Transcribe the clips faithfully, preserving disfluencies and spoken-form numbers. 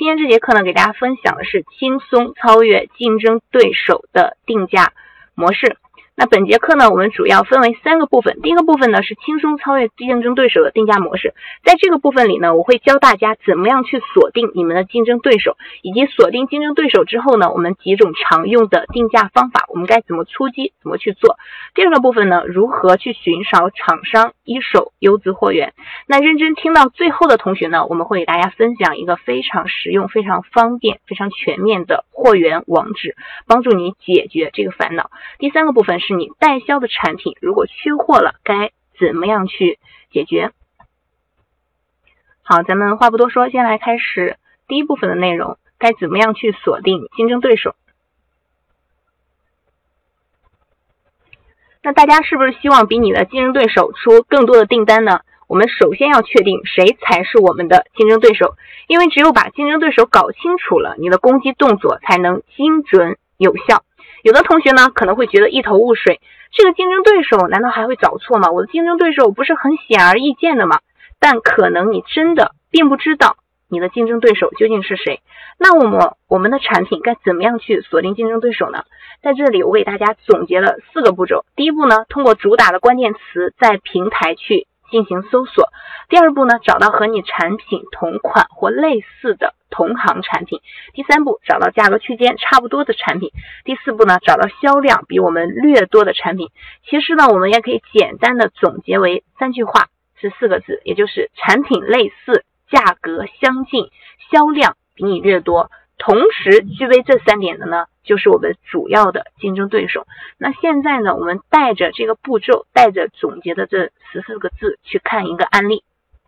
今天这节课呢，给大家分享的是轻松超越竞争对手的定价模式。那本节课呢，我们主要分为三个部分。第一个部分呢是轻松超越竞争对手的定价模式。在这个部分里呢，我会教大家怎么样去锁定你们的竞争对手，以及锁定竞争对手之后呢，我们几种常用的定价方法，我们该怎么出击，怎么去做。第二个部分呢，如何去寻找厂商一手优质货源。那认真听到最后的同学呢，我们会给大家分享一个非常实用、非常方便、非常全面的货源网址，帮助你解决这个烦恼。第三个部分是你代销的产品如果缺货了，该怎么样去解决。好，咱们话不多说，先来开始第一部分的内容，该怎么样去锁定竞争对手。那大家是不是希望比你的竞争对手出更多的订单呢？我们首先要确定谁才是我们的竞争对手，因为只有把竞争对手搞清楚了，你的攻击动作才能精准有效。有的同学呢可能会觉得一头雾水，这个竞争对手难道还会找错吗？我的竞争对手不是很显而易见的吗？但可能你真的并不知道你的竞争对手究竟是谁。那我们我们的产品该怎么样去锁定竞争对手呢？在这里我给大家总结了四个步骤。第一步呢，通过主打的关键词在平台去进行搜索。第二步呢，找到和你产品同款或类似的同行产品。第三步，找到价格区间差不多的产品。第四步呢，找到销量比我们略多的产品。其实呢，我们也可以简单的总结为三句话，是四个字，也就是产品类似，价格相近，销量比你略多。同时具备这三点的呢，就是我们主要的竞争对手。那现在呢，我们带着这个步骤，带着总结的这十四个字去看一个案例。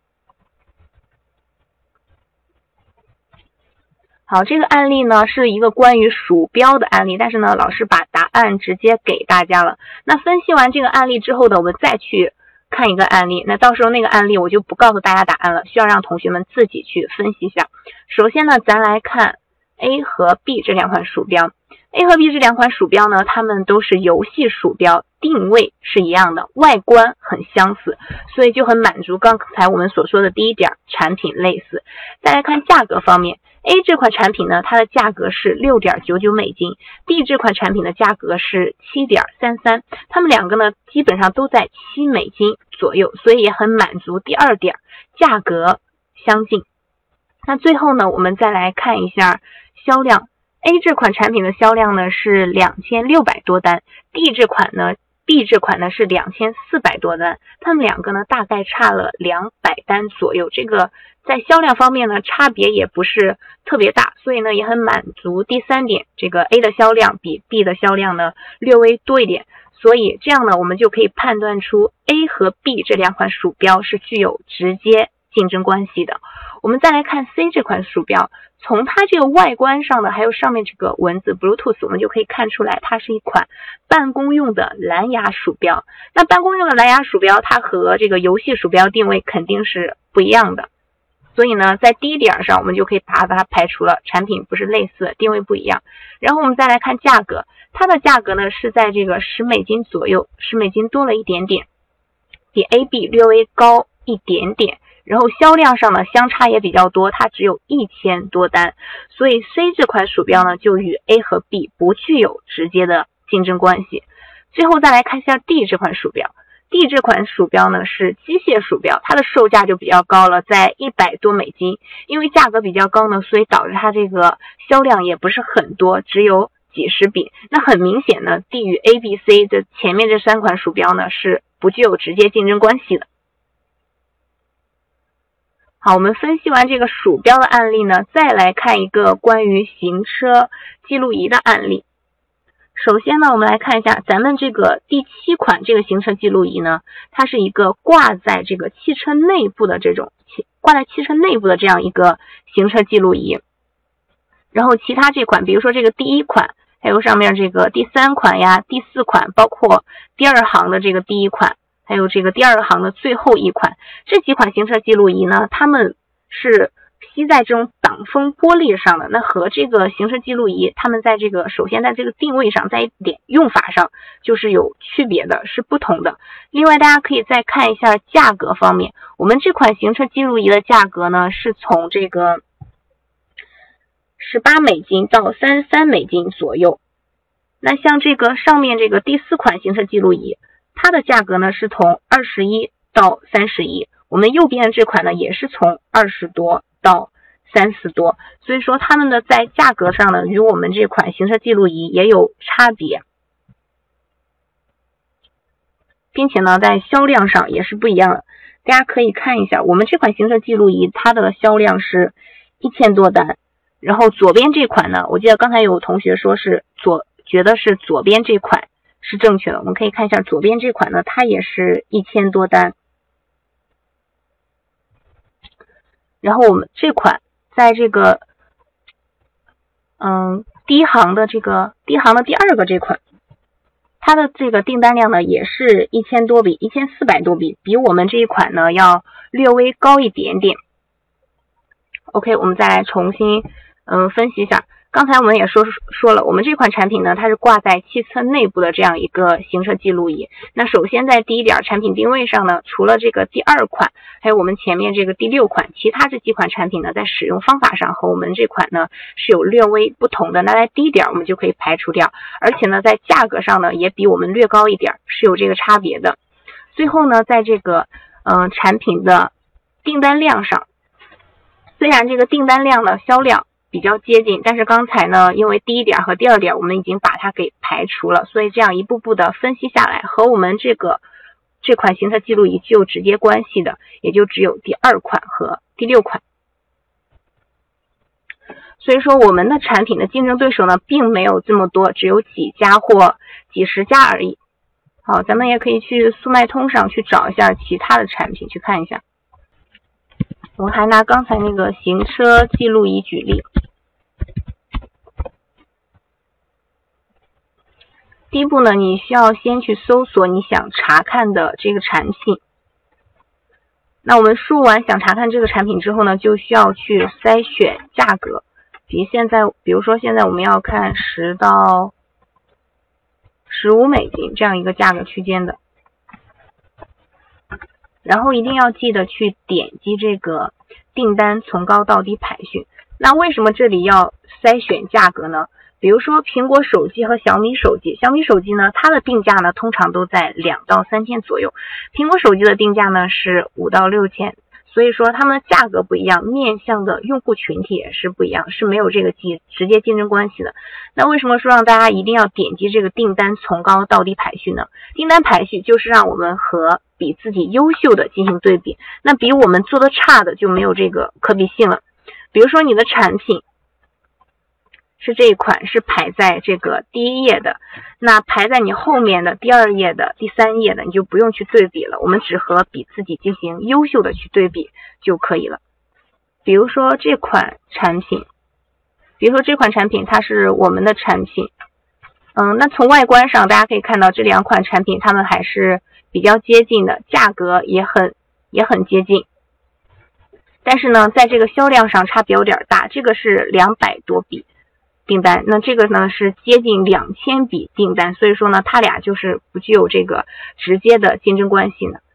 好，这个案例呢是一个关于鼠标的案例，但是呢，老师把答案直接给大家了。那分析完这个案例之后呢，我们再去看一个案例，那到时候那个案例我就不告诉大家答案了，需要让同学们自己去分析一下。首先呢，咱来看 A 和 B 这两款鼠标。 A 和 B 这两款鼠标呢，它们都是游戏鼠标，定位是一样的，外观很相似，所以就很满足刚才我们所说的第一点，产品类似。再来看价格方面， A 这款产品呢，它的价格是 六点九九美金， B 这款产品的价格是 七点三三， 它们两个呢基本上都在七美金左右，所以也很满足第二点，价格相近。那最后呢，我们再来看一下销量。 A 这款产品的销量呢是两千六百多单， D 这款呢 B 这款呢是两千四百多单，它们两个呢大概差了两百单左右，这个在销量方面呢差别也不是特别大，所以呢也很满足第三点，这个 A 的销量比 B 的销量呢略微多一点，所以这样呢我们就可以判断出 A 和 B 这两款鼠标是具有直接竞争关系的。我们再来看 C 这款鼠标，从它这个外观上的还有上面这个文字 Bluetooth， 我们就可以看出来它是一款办公用的蓝牙鼠标。那办公用的蓝牙鼠标它和这个游戏鼠标定位肯定是不一样的，所以呢在第一点上我们就可以把它排除了，产品不是类似，定位不一样。然后我们再来看价格，它的价格呢是在这个十美金左右，十美金多了一点点，比 A B 略微高一点点。然后销量上呢相差也比较多，它只有一千多单，所以 C 这款鼠标呢就与 A 和 B 不具有直接的竞争关系。最后再来看一下 D 这款鼠标， D 这款鼠标呢是机械鼠标，它的售价就比较高了，在一百多美金。因为价格比较高呢，所以导致它这个销量也不是很多，只有几十笔。那很明显呢， D 与 A、B、C 的前面这三款鼠标呢是不具有直接竞争关系的。好，我们分析完这个鼠标的案例呢，再来看一个关于行车记录仪的案例。首先呢，我们来看一下咱们这个第七款这个行车记录仪呢，它是一个挂在这个汽车内部的这种挂在汽车内部的这样一个行车记录仪。然后其他这款，比如说这个第一款，还有上面这个第三款呀、第四款，包括第二行的这个第一款，还有这个第二行的最后一款，这几款行车记录仪呢，它们是披在这种挡风玻璃上的。那和这个行车记录仪，它们在这个首先在这个定位上，在一点用法上就是有区别的，是不同的。另外大家可以再看一下价格方面，我们这款行车记录仪的价格呢，是从这个十八美金到三十三美金左右。那像这个上面这个第四款行车记录仪，它的价格呢是从二十一到三十一，我们右边的这款呢也是从二十多到三十多，所以说它们的在价格上呢与我们这款行车记录仪也有差别，并且呢在销量上也是不一样的。大家可以看一下，我们这款行车记录仪它的销量是一千多单，然后左边这款呢，我记得刚才有同学说是左觉得是左边这款是正确的，我们可以看一下左边这款呢，它也是一千多单。然后我们这款在这个嗯第一行的这个第一行的第二个这款，它的这个订单量呢也是一千多笔，一千四百多笔，比我们这一款呢要略微高一点点。OK， 我们再来重新嗯分析一下。刚才我们也说说了，我们这款产品呢，它是挂在汽车内部的这样一个行车记录仪。那首先在第一点产品定位上呢，除了这个第二款，还有我们前面这个第六款，其他这几款产品呢，在使用方法上和我们这款呢是有略微不同的。那在第一点我们就可以排除掉，而且呢，在价格上呢也比我们略高一点，是有这个差别的。最后呢，在这个嗯、呃、产品的订单量上，虽然这个订单量的销量比较接近，但是刚才呢，因为第一点和第二点我们已经把它给排除了，所以这样一步步的分析下来，和我们这个这款行车记录仪具有直接关系的，也就只有第二款和第六款。所以说我们的产品的竞争对手呢，并没有这么多，只有几家或几十家而已。好，咱们也可以去速卖通上去找一下其他的产品去看一下。我们还拿刚才那个行车记录仪举例。第一步呢，你需要先去搜索你想查看的这个产品。那我们输入完想查看这个产品之后呢，就需要去筛选价格。比现在，比如说现在我们要看十到十五美金这样一个价格区间的。然后一定要记得去点击这个订单从高到低排序。那为什么这里要筛选价格呢？比如说苹果手机和小米手机，小米手机呢，它的定价呢通常都在两到三千左右，苹果手机的定价呢是五到六千，所以说它们的价格不一样，面向的用户群体也是不一样，是没有这个直接竞争关系的。那为什么说让大家一定要点击这个订单从高到低排序呢？订单排序就是让我们和比自己优秀的进行对比，那比我们做的差的就没有这个可比性了。比如说你的产品是这一款是排在这个第一页的，那排在你后面的第二页的第三页的你就不用去对比了，我们只和比自己进行优秀的去对比就可以了。比如说这款产品比如说这款产品它是我们的产品，嗯，那从外观上大家可以看到这两款产品它们还是比较接近的，价格也很也很接近，但是呢在这个销量上差别有点大，这个是两百多笔订单，那这个呢是接近两千笔订单，所以说呢它俩就是不具有这个直接的竞争关系呢。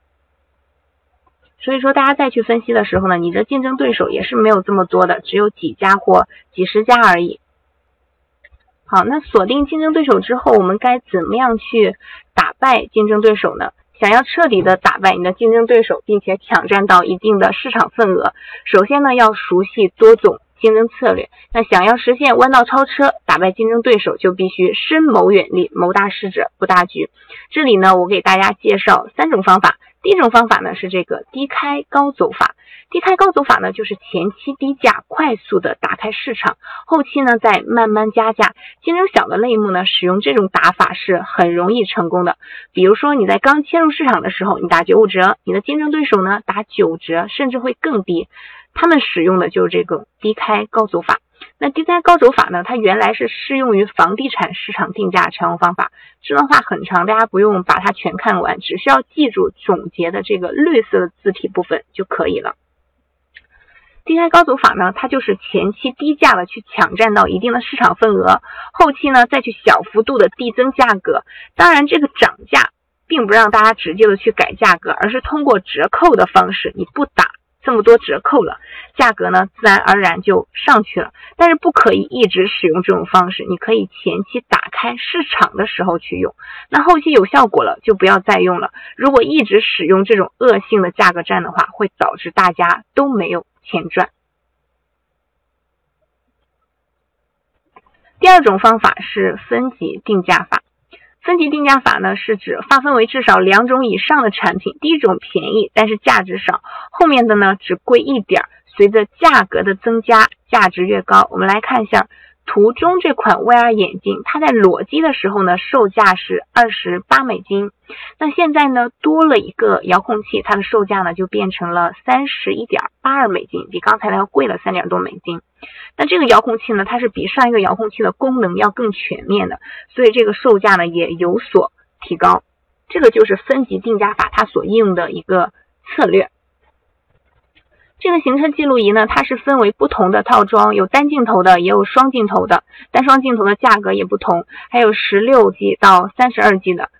所以说大家再去分析的时候呢，你的竞争对手也是没有这么多的，只有几家或几十家而已。好，那锁定竞争对手之后，我们该怎么样去打败竞争对手呢？想要彻底的打败你的竞争对手，并且抢占到一定的市场份额，首先呢要熟悉多种竞争策略。那想要实现弯道超车，打败竞争对手，就必须深谋远虑，谋大事者不大局。这里呢我给大家介绍三种方法。第一种方法呢是这个低开高走法。低开高走法呢就是前期低价快速的打开市场，后期呢再慢慢加价。竞争小的类目呢使用这种打法是很容易成功的。比如说你在刚切入市场的时候你打九五折，你的竞争对手呢打九折甚至会更低，他们使用的就是这个低开高走法。那低开高走法呢，它原来是适用于房地产市场定价常用方法，这段话很长，大家不用把它全看完，只需要记住总结的这个绿色的字体部分就可以了。低开高走法呢，它就是前期低价的去抢占到一定的市场份额，后期呢再去小幅度的递增价格。当然这个涨价并不让大家直接的去改价格，而是通过折扣的方式，你不打这么多折扣了，价格呢自然而然就上去了。但是不可以一直使用这种方式，你可以前期打开市场的时候去用，那后期有效果了就不要再用了。如果一直使用这种恶性的价格战的话，会导致大家都没有钱赚。第二种方法是分级定价法。分级定价法呢，是指划分为至少两种以上的产品，第一种便宜但是价值少，后面的呢只贵一点，随着价格的增加，价值越高。我们来看一下图中这款 V R 眼镜，它在裸机的时候呢，售价是二十八美金。那现在呢，多了一个遥控器，它的售价呢就变成了 三十一点八二美金，比刚才的要贵了三点多美金。那这个遥控器呢，它是比上一个遥控器的功能要更全面的，所以这个售价呢也有所提高。这个就是分级定价法它所应用的一个策略。这个行车记录仪呢，它是分为不同的套装，有单镜头的，也有双镜头的，单双镜头的价格也不同，还有十六 G 到三十二 G 的。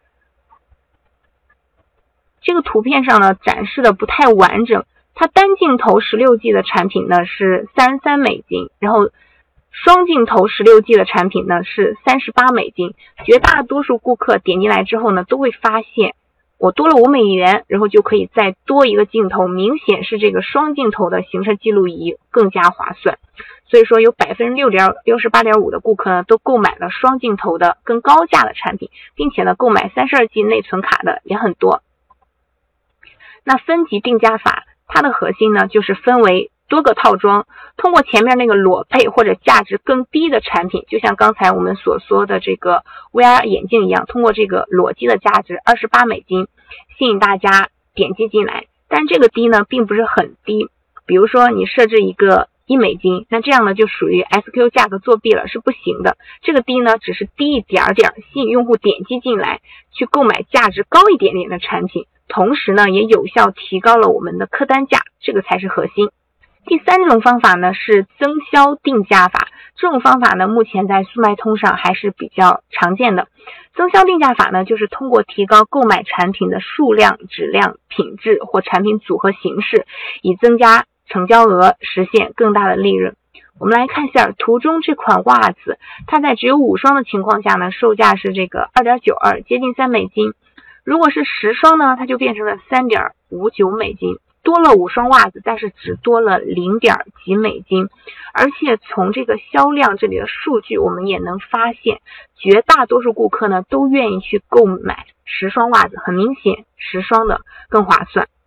这个图片上呢展示的不太完整，它单镜头 十六 G 的产品呢是三十三美金，然后双镜头 十六 G 的产品呢是三十八美金。绝大多数顾客点进来之后呢，都会发现我多了五美元，然后就可以再多一个镜头，明显是这个双镜头的行车记录仪更加划算。所以说有 百分之六十八点五 的顾客呢都购买了双镜头的更高价的产品，并且呢购买 三十二 G 内存卡的也很多。那分级定价法它的核心呢就是分为多个套装，通过前面那个裸配或者价值更低的产品，就像刚才我们所说的这个 V R 眼镜一样，通过这个裸机的价值二十八美金吸引大家点击进来。但这个低呢并不是很低，比如说你设置一个一美金，那这样呢就属于 S Q 价格作弊了，是不行的。这个低呢只是低一点点，吸引用户点击进来去购买价值高一点点的产品，同时呢也有效提高了我们的客单价，这个才是核心。第三种方法呢是增销定价法，这种方法呢目前在速卖通上还是比较常见的。增销定价法呢就是通过提高购买产品的数量、质量、品质或产品组合形式，以增加成交额，实现更大的利润。我们来看一下图中这款袜子，它在只有五双的情况下呢，售价是这个 二点九二， 接近三美金。如果是十双呢，它就变成了 三点五九美金。多了五双袜子，但是只多了 零点几美金。而且从这个销量这里的数据，我们也能发现绝大多数顾客呢都愿意去购买十双袜子，很明显十双的更划算。